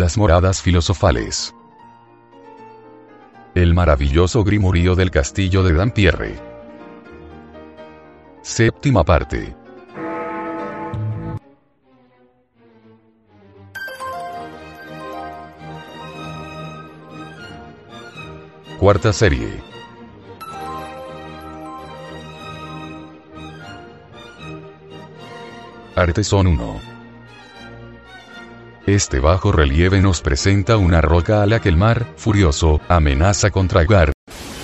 las moradas filosofales. El maravilloso Grimorío del Castillo de Dampierre. Séptima parte. Cuarta serie. Artesón 1. Este bajo relieve nos presenta una roca a la que el mar, furioso, amenaza con tragar.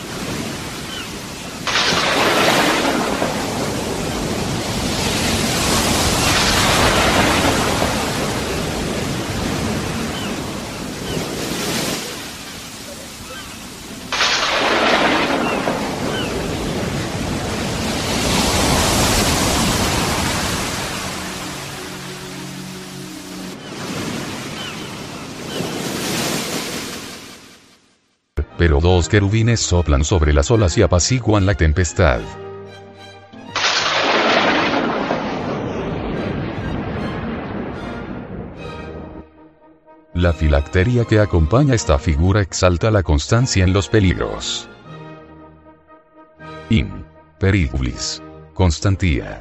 Pero dos querubines soplan sobre las olas y apaciguan la tempestad. La filacteria que acompaña esta figura exalta la constancia en los peligros. In perigulis constantia.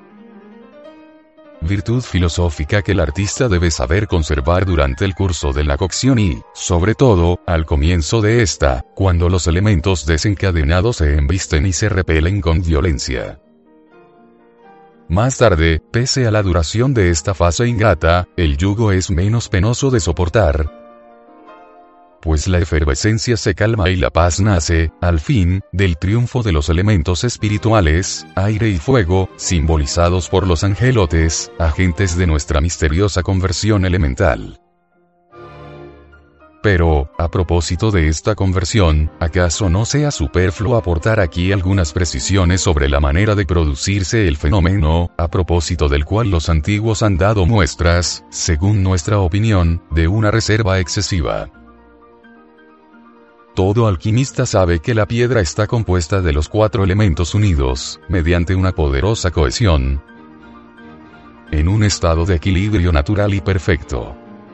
Virtud filosófica que el artista debe saber conservar durante el curso de la cocción y, sobre todo, al comienzo de esta, cuando los elementos desencadenados se embisten y se repelen con violencia. Más tarde, pese a la duración de esta fase ingrata, el yugo es menos penoso de soportar, pues la efervescencia se calma y la paz nace, al fin, del triunfo de los elementos espirituales, aire y fuego, simbolizados por los angelotes, agentes de nuestra misteriosa conversión elemental. Pero, a propósito de esta conversión, ¿acaso no sea superfluo aportar aquí algunas precisiones sobre la manera de producirse el fenómeno, a propósito del cual los antiguos han dado muestras, según nuestra opinión, de una reserva excesiva? Todo alquimista sabe que la piedra está compuesta de los 4 elementos unidos, mediante una poderosa cohesión, en un estado de equilibrio natural y perfecto.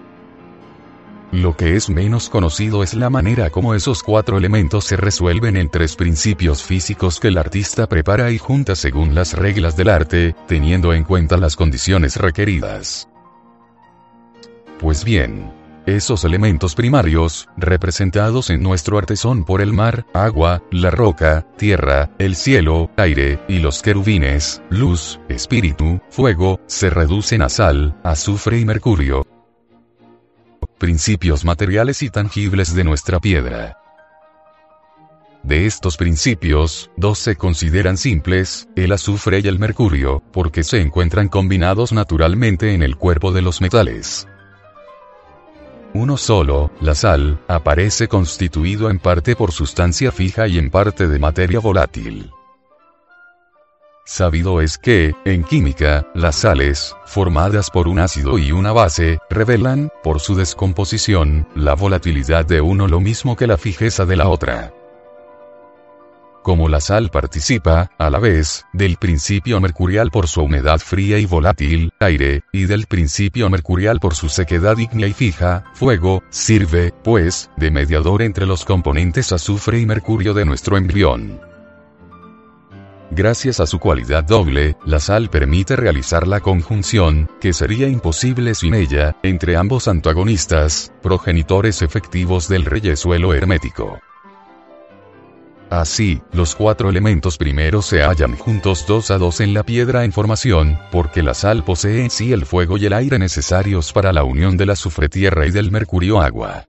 Lo que es menos conocido es la manera como esos 4 elementos se resuelven en 3 principios físicos que el artista prepara y junta según las reglas del arte, teniendo en cuenta las condiciones requeridas. Pues bien, esos elementos primarios, representados en nuestro artesón por el mar, agua, la roca, tierra, el cielo, aire, y los querubines, luz, espíritu, fuego, se reducen a sal, azufre y mercurio, principios materiales y tangibles de nuestra piedra. De estos principios, 2 se consideran simples, el azufre y el mercurio, porque se encuentran combinados naturalmente en el cuerpo de los metales. Uno solo, la sal, aparece constituido en parte por sustancia fija y en parte de materia volátil. Sabido es que, en química, las sales, formadas por un ácido y una base, revelan, por su descomposición, la volatilidad de uno lo mismo que la fijeza de la otra. Como la sal participa, a la vez, del principio mercurial por su humedad fría y volátil, aire, y del principio mercurial por su sequedad ígnea y fija, fuego, sirve, pues, de mediador entre los componentes azufre y mercurio de nuestro embrión. Gracias a su cualidad doble, la sal permite realizar la conjunción, que sería imposible sin ella, entre ambos antagonistas, progenitores efectivos del reyesuelo hermético. Así, los 4 elementos primeros se hallan juntos 2 a 2 en la piedra en formación, porque la sal posee en sí el fuego y el aire necesarios para la unión del azufre tierra y del mercurio agua.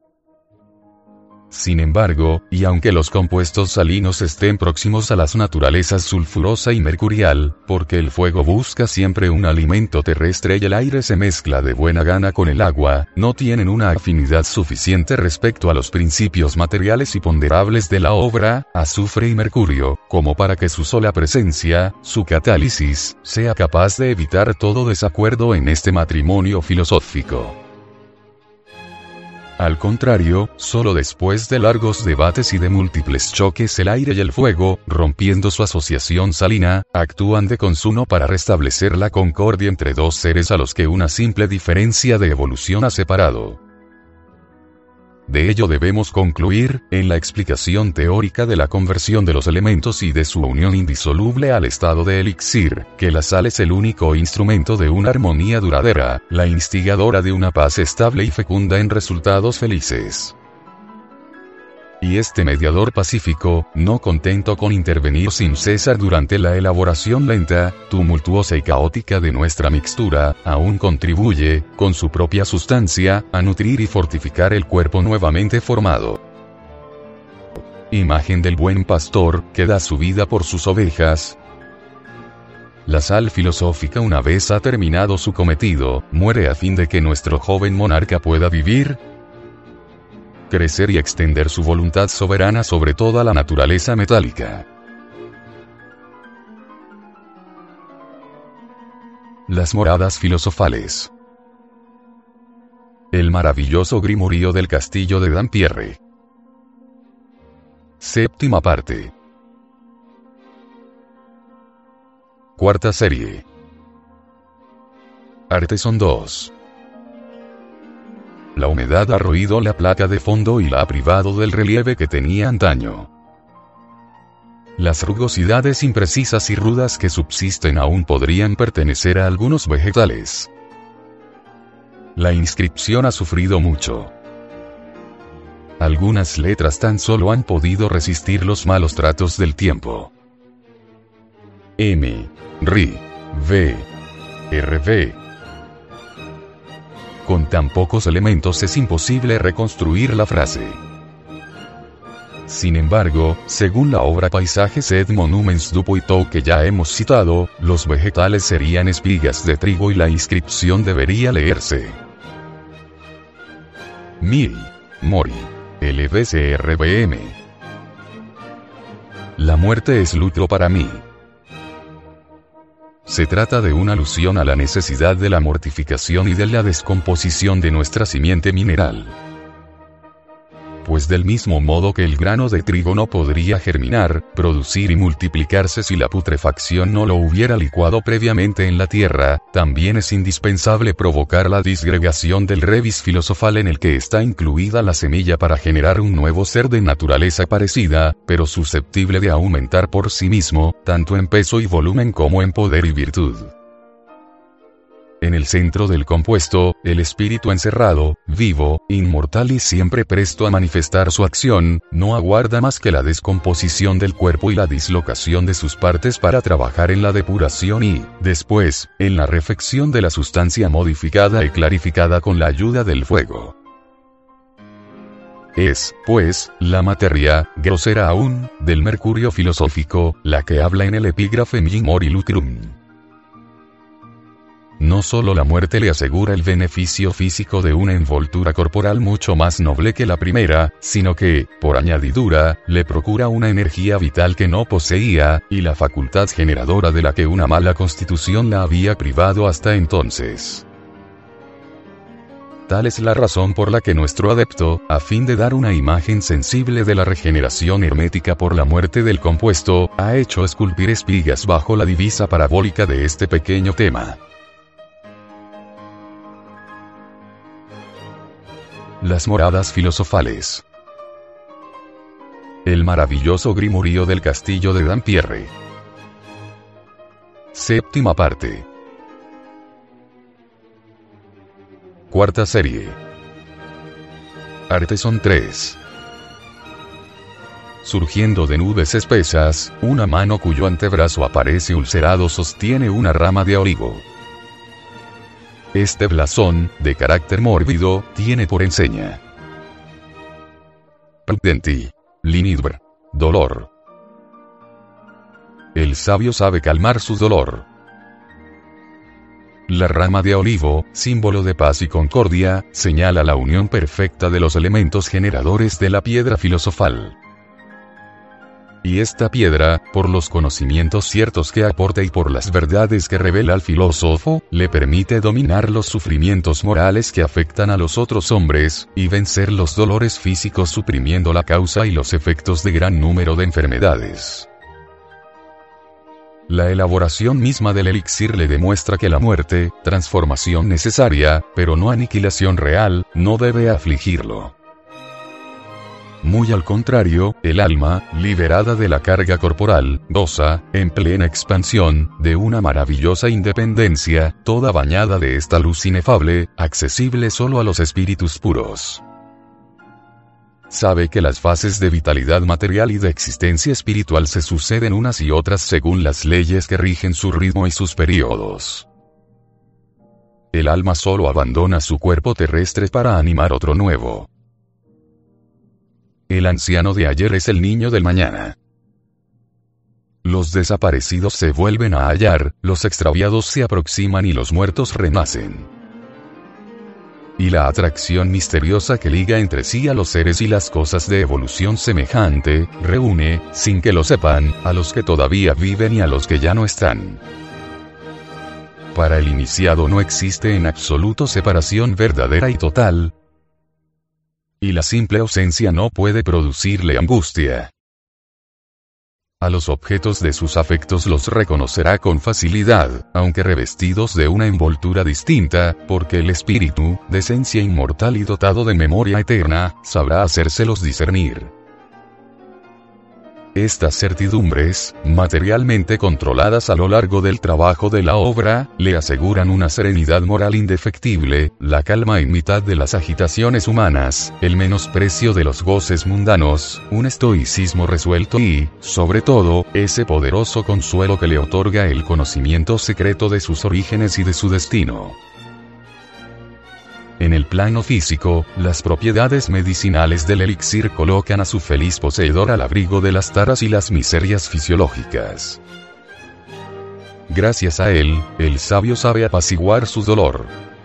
Sin embargo, y aunque los compuestos salinos estén próximos a las naturalezas sulfurosa y mercurial, porque el fuego busca siempre un alimento terrestre y el aire se mezcla de buena gana con el agua, no tienen una afinidad suficiente respecto a los principios materiales y ponderables de la obra, azufre y mercurio, como para que su sola presencia, su catálisis, sea capaz de evitar todo desacuerdo en este matrimonio filosófico. Al contrario, solo después de largos debates y de múltiples choques el aire y el fuego, rompiendo su asociación salina, actúan de consuno para restablecer la concordia entre 2 seres a los que una simple diferencia de evolución ha separado. De ello debemos concluir, en la explicación teórica de la conversión de los elementos y de su unión indisoluble al estado de elixir, que la sal es el único instrumento de una armonía duradera, la instigadora de una paz estable y fecunda en resultados felices. Y este mediador pacífico, no contento con intervenir sin cesar durante la elaboración lenta, tumultuosa y caótica de nuestra mixtura, aún contribuye, con su propia sustancia, a nutrir y fortificar el cuerpo nuevamente formado. Imagen del buen pastor, que da su vida por sus ovejas. La sal filosófica, una vez ha terminado su cometido, muere a fin de que nuestro joven monarca pueda vivir, crecer y extender su voluntad soberana sobre toda la naturaleza metálica. Las moradas filosofales. El maravilloso Grimorio del castillo de Dampierre. Séptima parte. Cuarta serie. Artesón 2. La humedad ha roído la placa de fondo y la ha privado del relieve que tenía antaño. Las rugosidades imprecisas y rudas que subsisten aún podrían pertenecer a algunos vegetales. La inscripción ha sufrido mucho. Algunas letras tan solo han podido resistir los malos tratos del tiempo. M, R, V, RV. Con tan pocos elementos es imposible reconstruir la frase. Sin embargo, según la obra Paisajes et Monuments du Poitou que ya hemos citado, los vegetales serían espigas de trigo y la inscripción debería leerse: Miri, Mori, LVCRBM. La muerte es luto para mí. Se trata de una alusión a la necesidad de la mortificación y de la descomposición de nuestra simiente mineral. Pues del mismo modo que el grano de trigo no podría germinar, producir y multiplicarse si la putrefacción no lo hubiera licuado previamente en la tierra, también es indispensable provocar la disgregación del rebis filosofal en el que está incluida la semilla para generar un nuevo ser de naturaleza parecida, pero susceptible de aumentar por sí mismo, tanto en peso y volumen como en poder y virtud. En el centro del compuesto, el espíritu encerrado, vivo, inmortal y siempre presto a manifestar su acción, no aguarda más que la descomposición del cuerpo y la dislocación de sus partes para trabajar en la depuración y, después, en la refección de la sustancia modificada y clarificada con la ayuda del fuego. Es, pues, la materia, grosera aún, del mercurio filosófico, la que habla en el epígrafe Mi Mori Lucrum. No solo la muerte le asegura el beneficio físico de una envoltura corporal mucho más noble que la primera, sino que, por añadidura, le procura una energía vital que no poseía, y la facultad generadora de la que una mala constitución la había privado hasta entonces. Tal es la razón por la que nuestro adepto, a fin de dar una imagen sensible de la regeneración hermética por la muerte del compuesto, ha hecho esculpir espigas bajo la divisa parabólica de este pequeño tema. Las moradas filosofales. El maravilloso Grimorio del castillo de Dampierre. Séptima parte. Cuarta serie. Artesón 3. Surgiendo de nubes espesas, una mano cuyo antebrazo aparece ulcerado sostiene una rama de olivo. Este blasón, de carácter mórbido, tiene por enseña: Prudenti. Linidbr. Dolor. El sabio sabe calmar su dolor. La rama de olivo, símbolo de paz y concordia, señala la unión perfecta de los elementos generadores de la piedra filosofal. Y esta piedra, por los conocimientos ciertos que aporta y por las verdades que revela al filósofo, le permite dominar los sufrimientos morales que afectan a los otros hombres, y vencer los dolores físicos suprimiendo la causa y los efectos de gran número de enfermedades. La elaboración misma del elixir le demuestra que la muerte, transformación necesaria, pero no aniquilación real, no debe afligirlo. Muy al contrario, el alma, liberada de la carga corporal, goza, en plena expansión, de una maravillosa independencia, toda bañada de esta luz inefable, accesible solo a los espíritus puros. Sabe que las fases de vitalidad material y de existencia espiritual se suceden unas y otras según las leyes que rigen su ritmo y sus periodos. El alma solo abandona su cuerpo terrestre para animar otro nuevo. El anciano de ayer es el niño del mañana. Los desaparecidos se vuelven a hallar, los extraviados se aproximan y los muertos renacen. Y la atracción misteriosa que liga entre sí a los seres y las cosas de evolución semejante, reúne, sin que lo sepan, a los que todavía viven y a los que ya no están. Para el iniciado no existe en absoluto separación verdadera y total, y la simple ausencia no puede producirle angustia. A los objetos de sus afectos los reconocerá con facilidad, aunque revestidos de una envoltura distinta, porque el espíritu, de esencia inmortal y dotado de memoria eterna, sabrá hacérselos discernir. Estas certidumbres, materialmente controladas a lo largo del trabajo de la obra, le aseguran una serenidad moral indefectible, la calma en mitad de las agitaciones humanas, el menosprecio de los goces mundanos, un estoicismo resuelto y, sobre todo, ese poderoso consuelo que le otorga el conocimiento secreto de sus orígenes y de su destino. En el plano físico, las propiedades medicinales del elixir colocan a su feliz poseedor al abrigo de las taras y las miserias fisiológicas. Gracias a él, el sabio sabe apaciguar su dolor.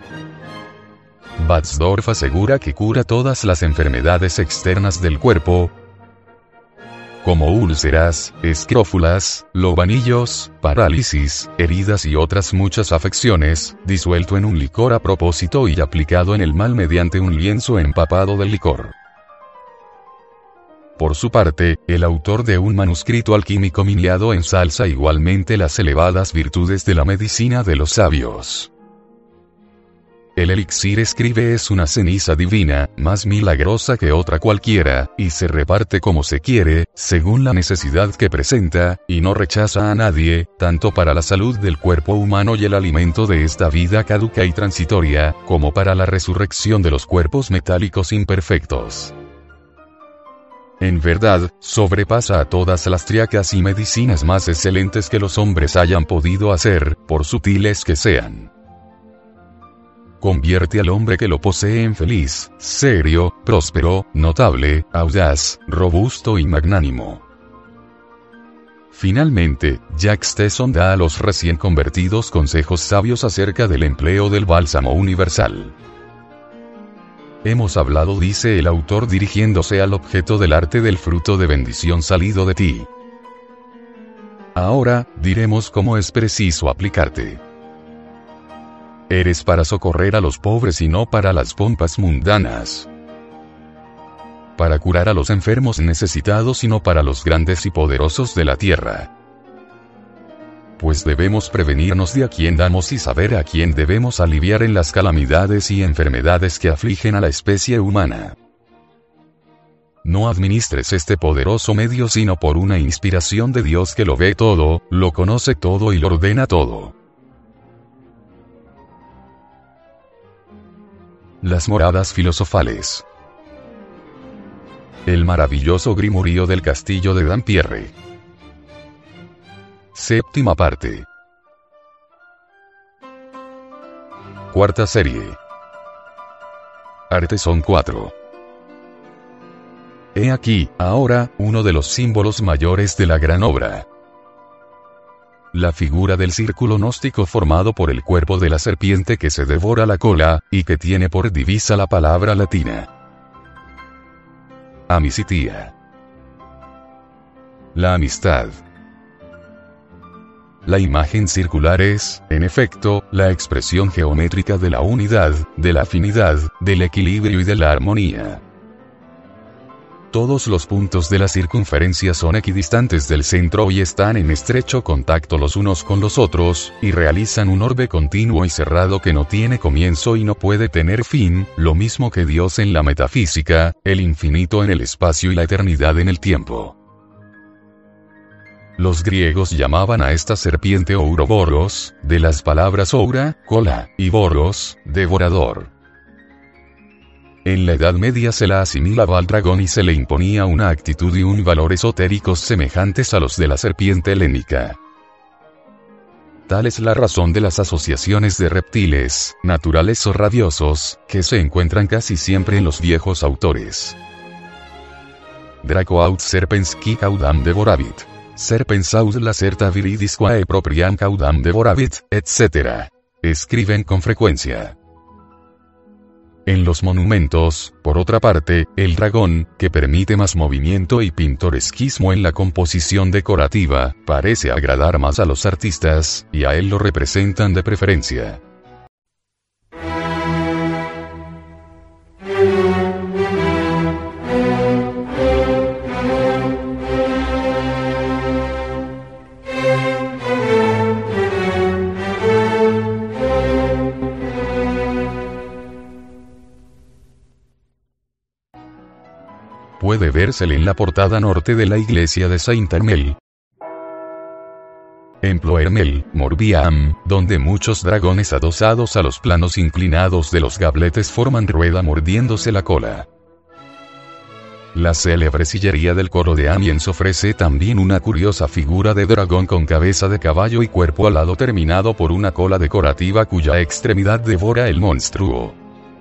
Batzdorf asegura que cura todas las enfermedades externas del cuerpo, como úlceras, escrófulas, lobanillos, parálisis, heridas y otras muchas afecciones, disuelto en un licor a propósito y aplicado en el mal mediante un lienzo empapado del licor. Por su parte, el autor de un manuscrito alquímico miniado ensalza igualmente las elevadas virtudes de la medicina de los sabios. El elixir, escribe, es una ceniza divina, más milagrosa que otra cualquiera, y se reparte como se quiere, según la necesidad que presenta, y no rechaza a nadie, tanto para la salud del cuerpo humano y el alimento de esta vida caduca y transitoria, como para la resurrección de los cuerpos metálicos imperfectos. En verdad, sobrepasa a todas las triacas y medicinas más excelentes que los hombres hayan podido hacer, por sutiles que sean. Convierte al hombre que lo posee en feliz, serio, próspero, notable, audaz, robusto y magnánimo. Finalmente, Jacques Tesson da a los recién convertidos consejos sabios acerca del empleo del bálsamo universal. Hemos hablado, dice el autor dirigiéndose al objeto del arte, del fruto de bendición salido de ti. Ahora, diremos cómo es preciso aplicarte. Eres para socorrer a los pobres y no para las pompas mundanas. Para curar a los enfermos necesitados y no para los grandes y poderosos de la tierra. Pues debemos prevenirnos de a quién damos y saber a quién debemos aliviar en las calamidades y enfermedades que afligen a la especie humana. No administres este poderoso medio sino por una inspiración de Dios que lo ve todo, lo conoce todo y lo ordena todo. Las moradas filosofales. El maravilloso Grimorio del castillo de Dampierre. Séptima parte. Cuarta serie. Artesón 4. He aquí, ahora, uno de los símbolos mayores de la gran obra. La figura del círculo gnóstico formado por el cuerpo de la serpiente que se devora la cola, y que tiene por divisa la palabra latina amicitia. La amistad. La imagen circular es, en efecto, la expresión geométrica de la unidad, de la afinidad, del equilibrio y de la armonía. Todos los puntos de la circunferencia son equidistantes del centro y están en estrecho contacto los unos con los otros, y realizan un orbe continuo y cerrado que no tiene comienzo y no puede tener fin, lo mismo que Dios en la metafísica, el infinito en el espacio y la eternidad en el tiempo. Los griegos llamaban a esta serpiente Ouroboros, de las palabras oura, cola, y boros, devorador. En la Edad Media se la asimilaba al dragón y se le imponía una actitud y un valor esotéricos semejantes a los de la serpiente helénica. Tal es la razón de las asociaciones de reptiles, naturales o rabiosos, que se encuentran casi siempre en los viejos autores. Draco aut serpens qui caudam devoravit. Serpens aut lacerta viridis quae propriam caudam devoravit, etc. Escriben con frecuencia. En los monumentos, por otra parte, el dragón, que permite más movimiento y pintoresquismo en la composición decorativa, parece agradar más a los artistas, y a él lo representan de preferencia. Puede vérsele en la portada norte de la iglesia de Saint-Hermel, en Ploermel, Morbihan, donde muchos dragones adosados a los planos inclinados de los gabletes forman rueda mordiéndose la cola. La célebre sillería del coro de Amiens ofrece también una curiosa figura de dragón con cabeza de caballo y cuerpo alado terminado por una cola decorativa cuya extremidad devora el monstruo.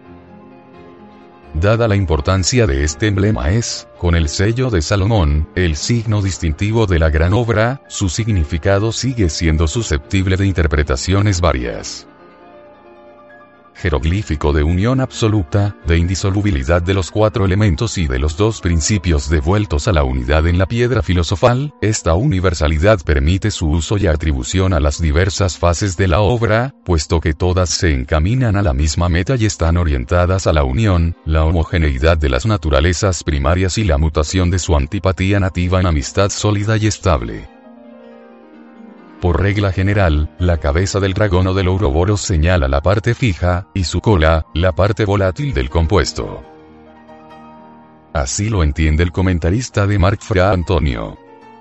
Dada la importancia de este emblema es, con el sello de Salomón, el signo distintivo de la gran obra, su significado sigue siendo susceptible de interpretaciones varias. Jeroglífico de unión absoluta, de indisolubilidad de los cuatro elementos y de los dos principios devueltos a la unidad en la piedra filosofal, esta universalidad permite su uso y atribución a las diversas fases de la obra, puesto que todas se encaminan a la misma meta y están orientadas a la unión, la homogeneidad de las naturalezas primarias y la mutación de su antipatía nativa en amistad sólida y estable. Por regla general, la cabeza del dragón o del Ouroboros señala la parte fija, y su cola, la parte volátil del compuesto. Así lo entiende el comentarista de Marc Fra Antonio.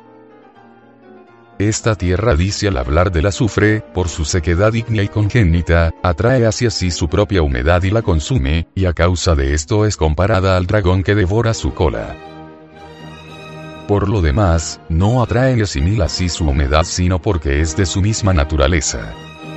Esta tierra, dice al hablar del azufre, por su sequedad ígnea y congénita, atrae hacia sí su propia humedad y la consume, y a causa de esto es comparada al dragón que devora su cola. Por lo demás, no atrae ni asimila así su humedad sino porque es de su misma naturaleza.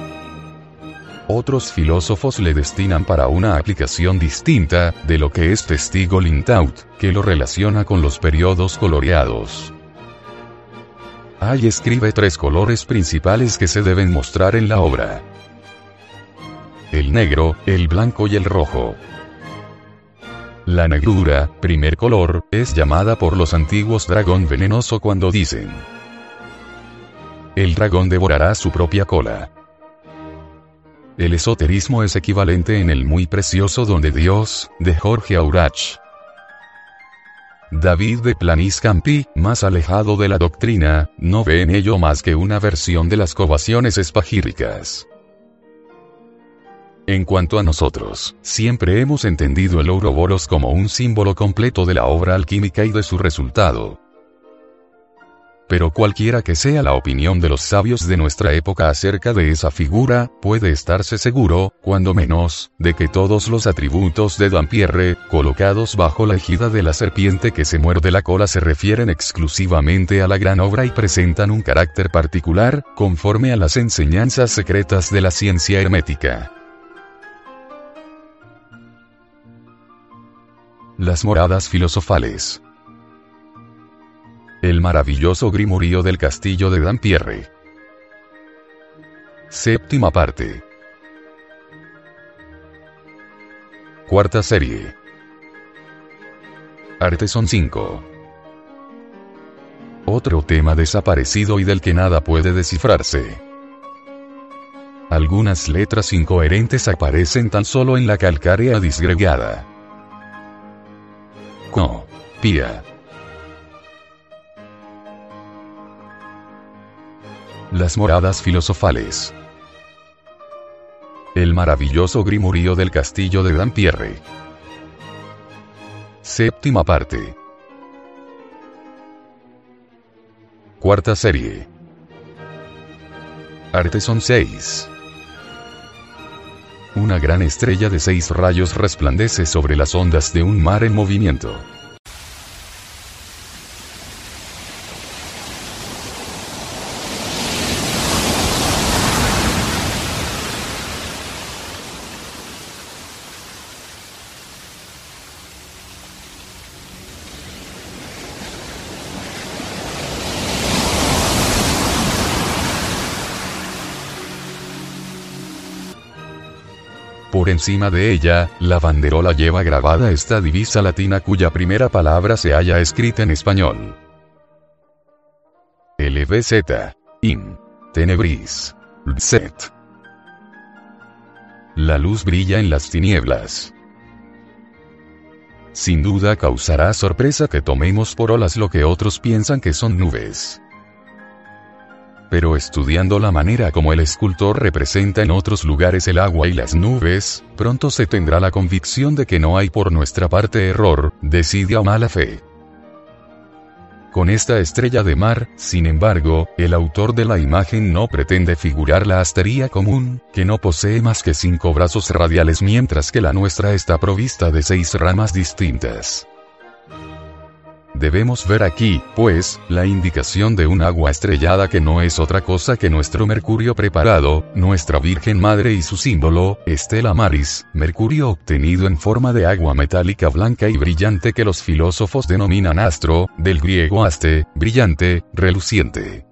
Otros filósofos le destinan para una aplicación distinta, de lo que es testigo Lintaut, que lo relaciona con los periodos coloreados. Hay escribe 3 colores principales que se deben mostrar en la obra: el negro, el blanco y el rojo. La negrura, primer color, es llamada por los antiguos dragón venenoso cuando dicen: el dragón devorará su propia cola. El esoterismo es equivalente en el muy precioso Don de Dios, de Jorge Aurach. David de Planiscampi, más alejado de la doctrina, no ve en ello más que una versión de las covaciones espagíricas. En cuanto a nosotros, siempre hemos entendido el Ouroboros como un símbolo completo de la obra alquímica y de su resultado. Pero cualquiera que sea la opinión de los sabios de nuestra época acerca de esa figura, puede estarse seguro, cuando menos, de que todos los atributos de Dampierre, colocados bajo la égida de la serpiente que se muerde la cola, se refieren exclusivamente a la gran obra y presentan un carácter particular, conforme a las enseñanzas secretas de la ciencia hermética. Las moradas filosofales. El maravilloso Grimorio del castillo de Dampierre. Séptima parte. Cuarta serie. Arteson 5. Otro tema desaparecido y del que nada puede descifrarse. Algunas letras incoherentes aparecen tan solo en la calcárea disgregada. Co. filosofía. Las moradas filosofales. El maravilloso Grimorio del Castillo de Dampierre. Séptima parte. Cuarta serie. Artesón 6. Una gran estrella de 6 rayos resplandece sobre las ondas de un mar en movimiento. Por encima de ella, la banderola lleva grabada esta divisa latina cuya primera palabra se halla escrita en español. LVZ. In. Tenebris. Lzet. La luz brilla en las tinieblas. Sin duda causará sorpresa que tomemos por olas lo que otros piensan que son nubes. Pero estudiando la manera como el escultor representa en otros lugares el agua y las nubes, pronto se tendrá la convicción de que no hay por nuestra parte error, desidia o mala fe. Con esta estrella de mar, sin embargo, el autor de la imagen no pretende figurar la astería común, que no posee más que 5 brazos radiales mientras que la nuestra está provista de 6 ramas distintas. Debemos ver aquí, pues, la indicación de un agua estrellada que no es otra cosa que nuestro Mercurio preparado, nuestra Virgen Madre y su símbolo, Stella Maris, Mercurio obtenido en forma de agua metálica blanca y brillante que los filósofos denominan astro, del griego aste, brillante, reluciente.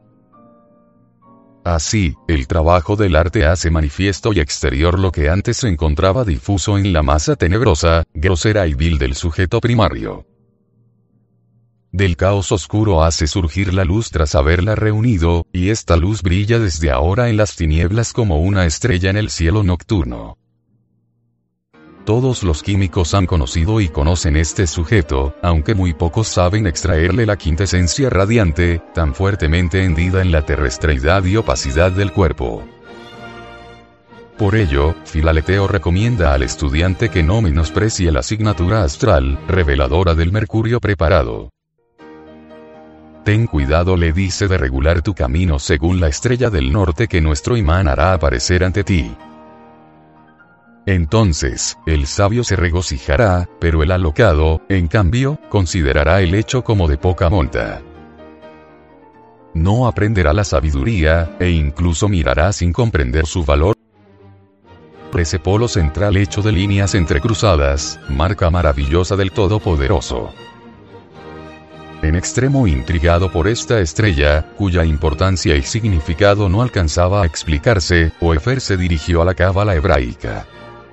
Así, el trabajo del arte hace manifiesto y exterior lo que antes se encontraba difuso en la masa tenebrosa, grosera y vil del sujeto primario. Del caos oscuro hace surgir la luz tras haberla reunido, y esta luz brilla desde ahora en las tinieblas como una estrella en el cielo nocturno. Todos los químicos han conocido y conocen este sujeto, aunque muy pocos saben extraerle la quintesencia radiante, tan fuertemente hendida en la terrestreidad y opacidad del cuerpo. Por ello, Filaleteo recomienda al estudiante que no menosprecie la asignatura astral, reveladora del Mercurio preparado. Ten cuidado, le dice, de regular tu camino según la estrella del norte que nuestro imán hará aparecer ante ti. Entonces, el sabio se regocijará, pero el alocado, en cambio, considerará el hecho como de poca monta. No aprenderá la sabiduría, e incluso mirará sin comprender su valor. Ese polo central hecho de líneas entrecruzadas, marca maravillosa del Todopoderoso. En extremo intrigado por esta estrella, cuya importancia y significado no alcanzaba a explicarse, Oefer se dirigió a la cábala hebraica.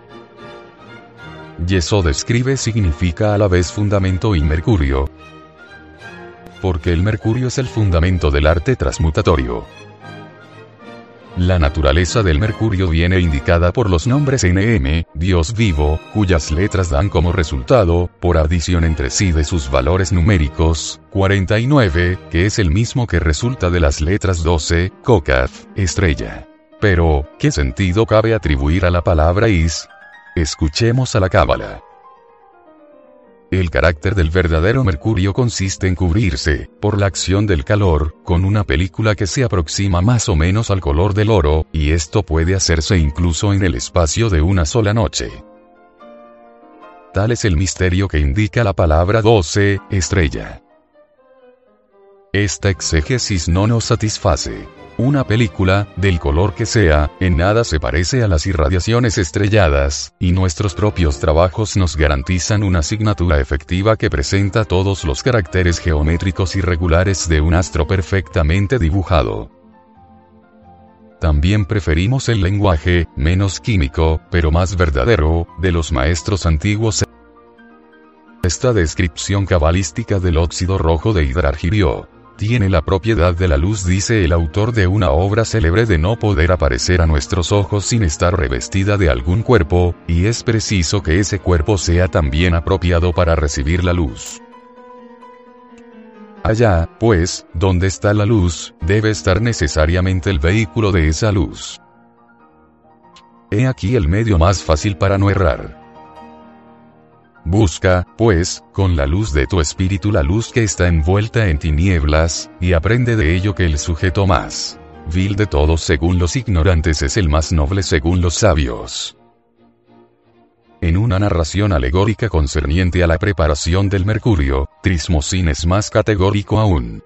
Yesod escribe significa a la vez fundamento y mercurio, porque el mercurio es el fundamento del arte transmutatorio. La naturaleza del mercurio viene indicada por los nombres NM, Dios vivo, cuyas letras dan como resultado, por adición entre sí de sus valores numéricos, 49, que es el mismo que resulta de las letras 12, Kokath, estrella. Pero, ¿qué sentido cabe atribuir a la palabra Is? Escuchemos a la cábala. El carácter del verdadero mercurio consiste en cubrirse, por la acción del calor, con una película que se aproxima más o menos al color del oro, y esto puede hacerse incluso en el espacio de una sola noche. Tal es el misterio que indica la palabra 12, estrella. Esta exégesis no nos satisface. Una película, del color que sea, en nada se parece a las irradiaciones estrelladas, y nuestros propios trabajos nos garantizan una asignatura efectiva que presenta todos los caracteres geométricos irregulares de un astro perfectamente dibujado. También preferimos el lenguaje, menos químico, pero más verdadero, de los maestros antiguos. Esta descripción cabalística del óxido rojo de hidrargirio tiene la propiedad de la luz, dice el autor de una obra célebre, de no poder aparecer a nuestros ojos sin estar revestida de algún cuerpo, y es preciso que ese cuerpo sea también apropiado para recibir la luz. Allá, pues, donde está la luz, debe estar necesariamente el vehículo de esa luz. He aquí el medio más fácil para no errar. Busca, pues, con la luz de tu espíritu la luz que está envuelta en tinieblas, y aprende de ello que el sujeto más vil de todos según los ignorantes es el más noble según los sabios. En una narración alegórica concerniente a la preparación del mercurio, Trismosín es más categórico aún.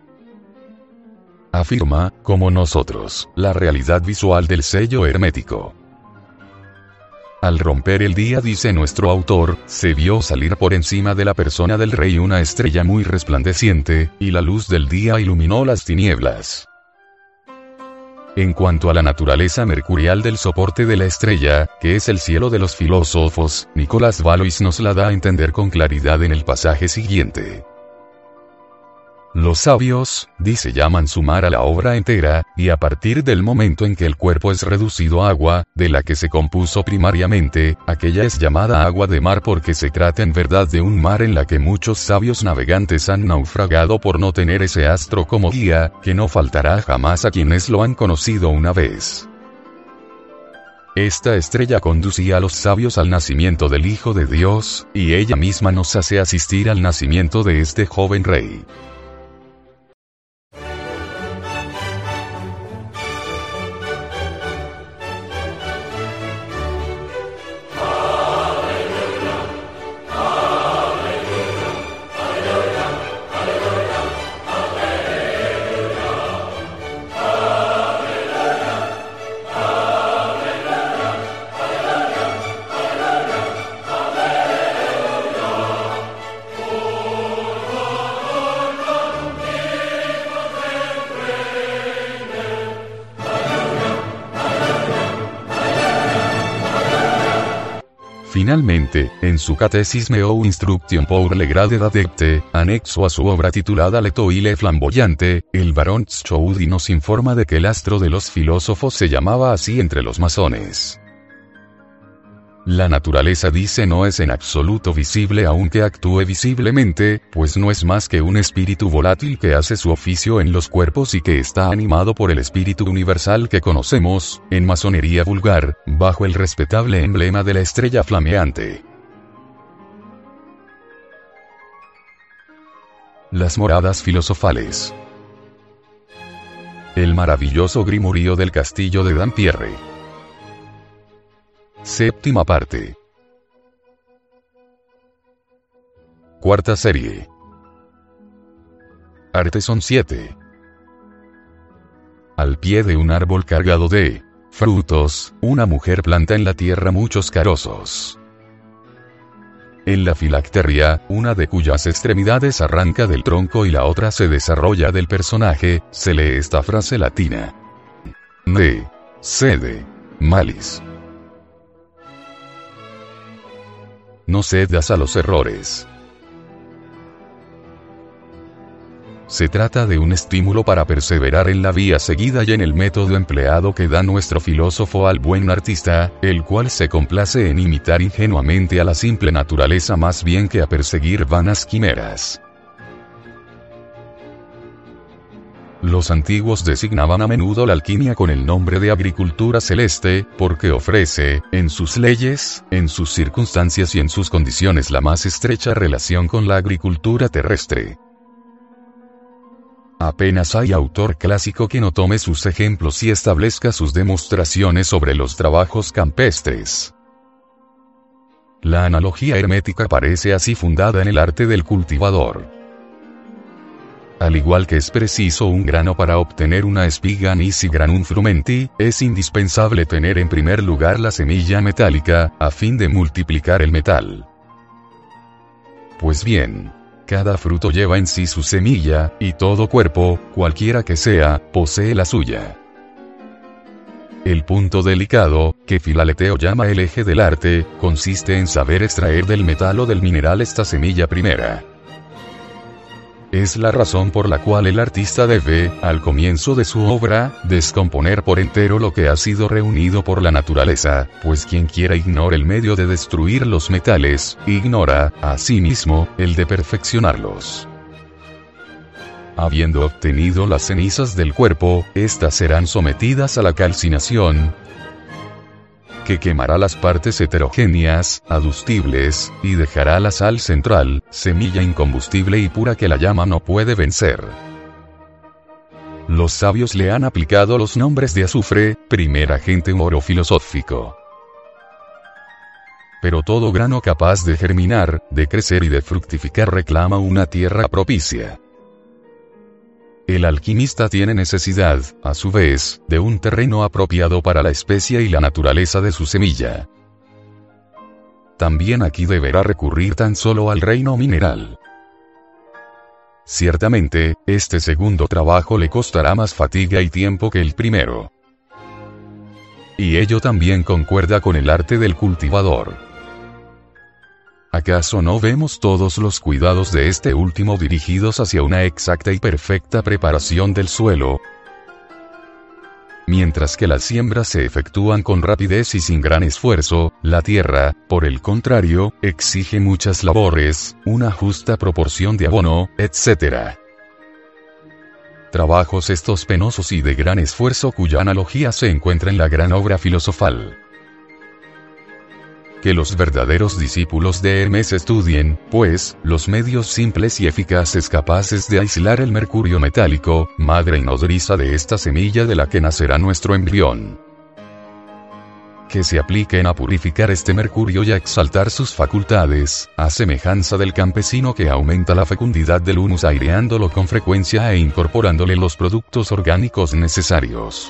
Afirma, como nosotros, la realidad visual del sello hermético. Al romper el día, dice nuestro autor, se vio salir por encima de la persona del rey una estrella muy resplandeciente, y la luz del día iluminó las tinieblas. En cuanto a la naturaleza mercurial del soporte de la estrella, que es el cielo de los filósofos, Nicolás Valois nos la da a entender con claridad en el pasaje siguiente. Los sabios, dice, llaman sumar a la obra entera, y a partir del momento en que el cuerpo es reducido a agua, de la que se compuso primariamente, aquella es llamada agua de mar porque se trata en verdad de un mar en la que muchos sabios navegantes han naufragado por no tener ese astro como guía, que no faltará jamás a quienes lo han conocido una vez. Esta estrella conducía a los sabios al nacimiento del Hijo de Dios, y ella misma nos hace asistir al nacimiento de este joven rey. Finalmente, en su Catecisme ou Instruction pour le grade d'adepte, anexo a su obra titulada L'Étoile flamboyante, el barón Tschoudy nos informa de que el astro de los filósofos se llamaba así entre los masones. La naturaleza, dice, no es en absoluto visible aunque actúe visiblemente, pues no es más que un espíritu volátil que hace su oficio en los cuerpos y que está animado por el espíritu universal que conocemos, en masonería vulgar, bajo el respetable emblema de la estrella flameante. Las moradas filosofales. El maravilloso Grimorio del castillo de Dampierre. Séptima parte. Cuarta serie. Artesón 7. Al pie de un árbol cargado de frutos, una mujer planta en la tierra muchos carozos. En la filacteria, una de cuyas extremidades arranca del tronco y la otra se desarrolla del personaje, se lee esta frase latina. De sede malis. No cedas a los errores. Se trata de un estímulo para perseverar en la vía seguida y en el método empleado que da nuestro filósofo al buen artista, el cual se complace en imitar ingenuamente a la simple naturaleza más bien que a perseguir vanas quimeras. Los antiguos designaban a menudo la alquimia con el nombre de agricultura celeste, porque ofrece, en sus leyes, en sus circunstancias y en sus condiciones la más estrecha relación con la agricultura terrestre. Apenas hay autor clásico que no tome sus ejemplos y establezca sus demostraciones sobre los trabajos campestres. La analogía hermética parece así fundada en el arte del cultivador. Al igual que es preciso un grano para obtener una espiga nisi granum frumenti, es indispensable tener en primer lugar la semilla metálica, a fin de multiplicar el metal. Pues bien, cada fruto lleva en sí su semilla, y todo cuerpo, cualquiera que sea, posee la suya. El punto delicado, que Filaleteo llama el eje del arte, consiste en saber extraer del metal o del mineral esta semilla primera. Es la razón por la cual el artista debe, al comienzo de su obra, descomponer por entero lo que ha sido reunido por la naturaleza, pues quien quiera ignora el medio de destruir los metales, ignora, asimismo, el de perfeccionarlos. Habiendo obtenido las cenizas del cuerpo, éstas serán sometidas a la calcinación, que quemará las partes heterogéneas, adustibles, y dejará la sal central, semilla incombustible y pura que la llama no puede vencer. Los sabios le han aplicado los nombres de azufre, primer agente oro filosófico. Pero todo grano capaz de germinar, de crecer y de fructificar reclama una tierra propicia. El alquimista tiene necesidad, a su vez, de un terreno apropiado para la especie y la naturaleza de su semilla. También aquí deberá recurrir tan solo al reino mineral. Ciertamente, este segundo trabajo le costará más fatiga y tiempo que el primero. Y ello también concuerda con el arte del cultivador. ¿Acaso no vemos todos los cuidados de este último dirigidos hacia una exacta y perfecta preparación del suelo? Mientras que las siembras se efectúan con rapidez y sin gran esfuerzo, la tierra, por el contrario, exige muchas labores, una justa proporción de abono, etc. Trabajos estos penosos y de gran esfuerzo cuya analogía se encuentra en la gran obra filosofal. Que los verdaderos discípulos de Hermes estudien, pues, los medios simples y eficaces capaces de aislar el mercurio metálico, madre y nodriza de esta semilla de la que nacerá nuestro embrión. Que se apliquen a purificar este mercurio y a exaltar sus facultades, a semejanza del campesino que aumenta la fecundidad del humus aireándolo con frecuencia e incorporándole los productos orgánicos necesarios.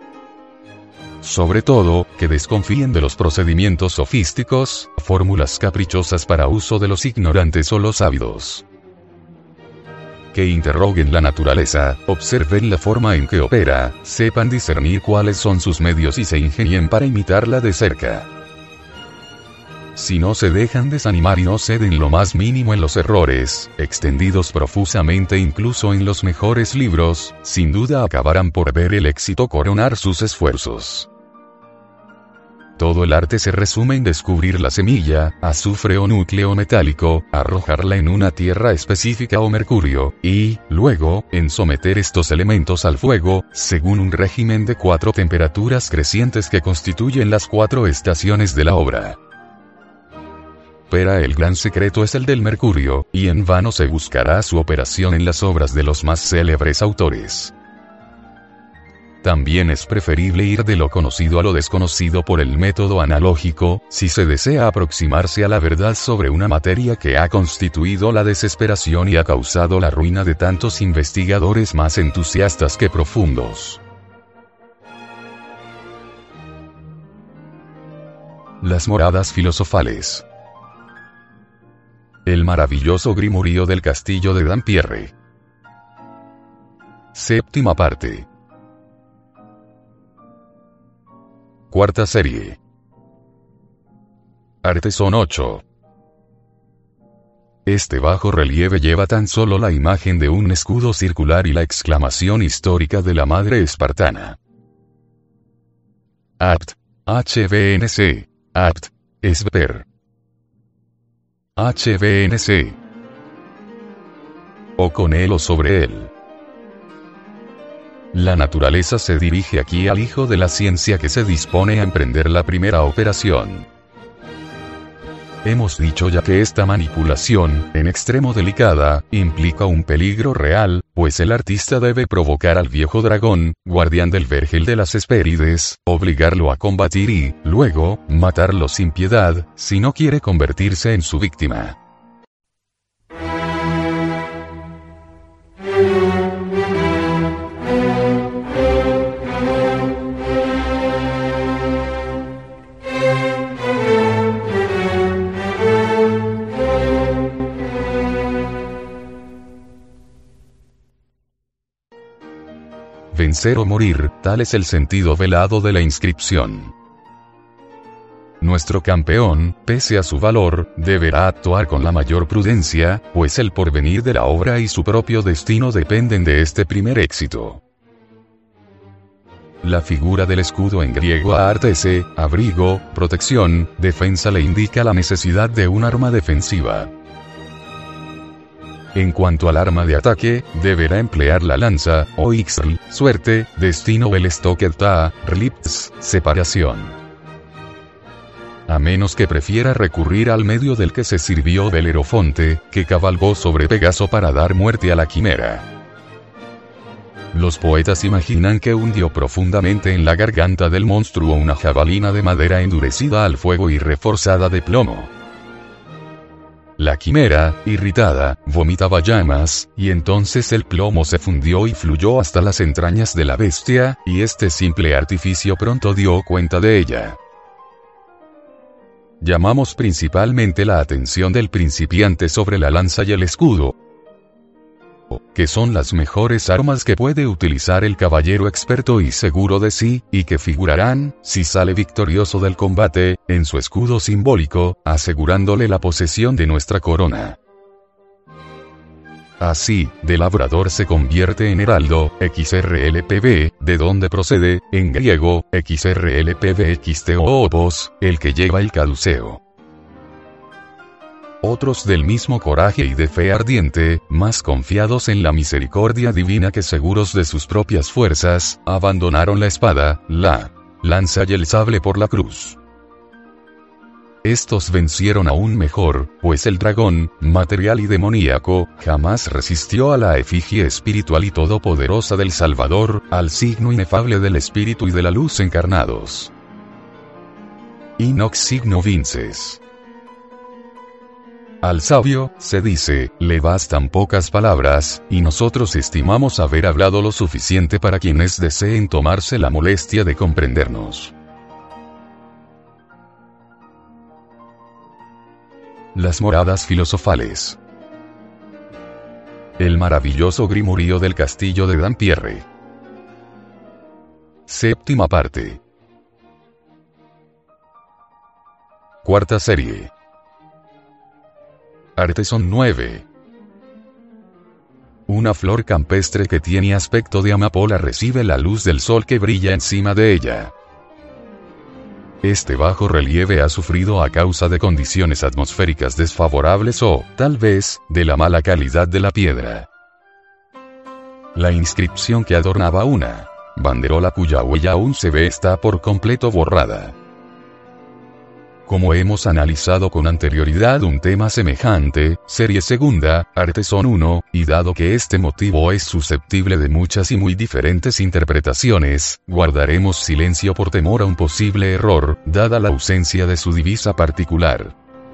Sobre todo, que desconfíen de los procedimientos sofísticos, fórmulas caprichosas para uso de los ignorantes o los ávidos. Que interroguen la naturaleza, observen la forma en que opera, sepan discernir cuáles son sus medios y se ingenien para imitarla de cerca. Si no se dejan desanimar y no ceden lo más mínimo en los errores, extendidos profusamente incluso en los mejores libros, sin duda acabarán por ver el éxito coronar sus esfuerzos. Todo el arte se resume en descubrir la semilla, azufre o núcleo metálico, arrojarla en una tierra específica o mercurio, y, luego, en someter estos elementos al fuego, según un régimen de 4 temperaturas crecientes que constituyen las 4 estaciones de la obra. Pero el gran secreto es el del mercurio, y en vano se buscará su operación en las obras de los más célebres autores. También es preferible ir de lo conocido a lo desconocido por el método analógico, si se desea aproximarse a la verdad sobre una materia que ha constituido la desesperación y ha causado la ruina de tantos investigadores más entusiastas que profundos. Las moradas filosofales. El maravilloso Grimorio del Castillo de Dampierre. Séptima parte. Cuarta serie. Artesón 8. Este bajo relieve lleva tan solo la imagen de un escudo circular y la exclamación histórica de la madre espartana. Apt. HBNC. Apt. Esper. HBNC. O con él o sobre él. La naturaleza se dirige aquí al hijo de la ciencia que se dispone a emprender la primera operación. Hemos dicho ya que esta manipulación, en extremo delicada, implica un peligro real, pues el artista debe provocar al viejo dragón, guardián del vergel de las Hespérides, obligarlo a combatir y, luego, matarlo sin piedad, si no quiere convertirse en su víctima. Vencer o morir, tal es el sentido velado de la inscripción. Nuestro campeón, pese a su valor, deberá actuar con la mayor prudencia, pues el porvenir de la obra y su propio destino dependen de este primer éxito. La figura del escudo en griego artese, abrigo, protección, defensa le indica la necesidad de un arma defensiva. En cuanto al arma de ataque, deberá emplear la lanza, o Ixtl, suerte, destino Velstockta, Rlipts, separación. A menos que prefiera recurrir al medio del que se sirvió Belerofonte, que cabalgó sobre Pegaso para dar muerte a la quimera. Los poetas imaginan que hundió profundamente en la garganta del monstruo una jabalina de madera endurecida al fuego y reforzada de plomo. La quimera, irritada, vomitaba llamas, y entonces el plomo se fundió y fluyó hasta las entrañas de la bestia, y este simple artificio pronto dio cuenta de ella. Llamamos principalmente la atención del principiante sobre la lanza y el escudo, que son las mejores armas que puede utilizar el caballero experto y seguro de sí, y que figurarán, si sale victorioso del combate, en su escudo simbólico, asegurándole la posesión de nuestra corona. Así, de labrador se convierte en heraldo, XRLPB, de donde procede, en griego, XRLPB el que lleva el caduceo. Otros del mismo coraje y de fe ardiente, más confiados en la misericordia divina que seguros de sus propias fuerzas, abandonaron la espada, la lanza y el sable por la cruz. Estos vencieron aún mejor, pues el dragón, material y demoníaco, jamás resistió a la efigie espiritual y todopoderosa del Salvador, al signo inefable del Espíritu y de la Luz encarnados. Inox signo vinces. Al sabio, se dice, le bastan pocas palabras, y nosotros estimamos haber hablado lo suficiente para quienes deseen tomarse la molestia de comprendernos. Las moradas filosofales. El maravilloso Grimorio del Castillo de Dampierre. Séptima parte. Cuarta serie. Artesón 9. Una flor campestre que tiene aspecto de amapola recibe la luz del sol que brilla encima de ella. Este bajo relieve ha sufrido a causa de condiciones atmosféricas desfavorables o, tal vez, de la mala calidad de la piedra. La inscripción que adornaba una banderola cuya huella aún se ve está por completo borrada. Como hemos analizado con anterioridad un tema semejante, serie segunda, Artesón 1, y dado que este motivo es susceptible de muchas y muy diferentes interpretaciones, guardaremos silencio por temor a un posible error, dada la ausencia de su divisa particular.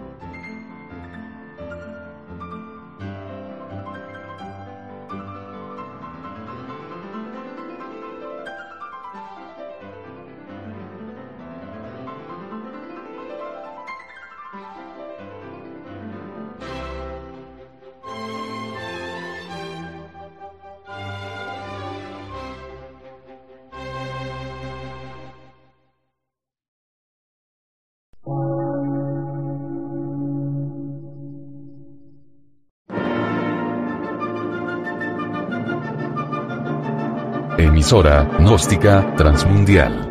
Emisora gnóstica transmundial.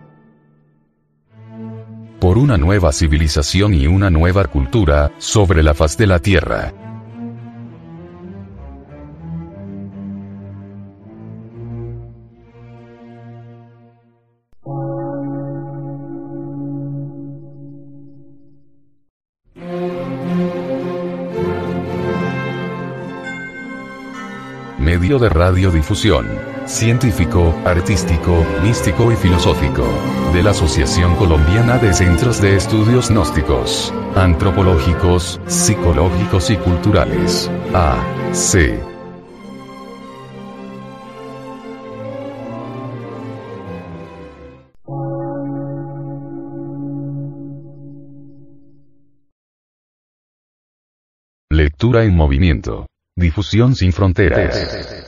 Por una nueva civilización y una nueva cultura sobre la faz de la Tierra. Medio de radiodifusión, científico, artístico, místico y filosófico, de la Asociación Colombiana de Centros de Estudios Gnósticos, Antropológicos, Psicológicos y Culturales, AC. Lectura en movimiento. Difusión sin fronteras.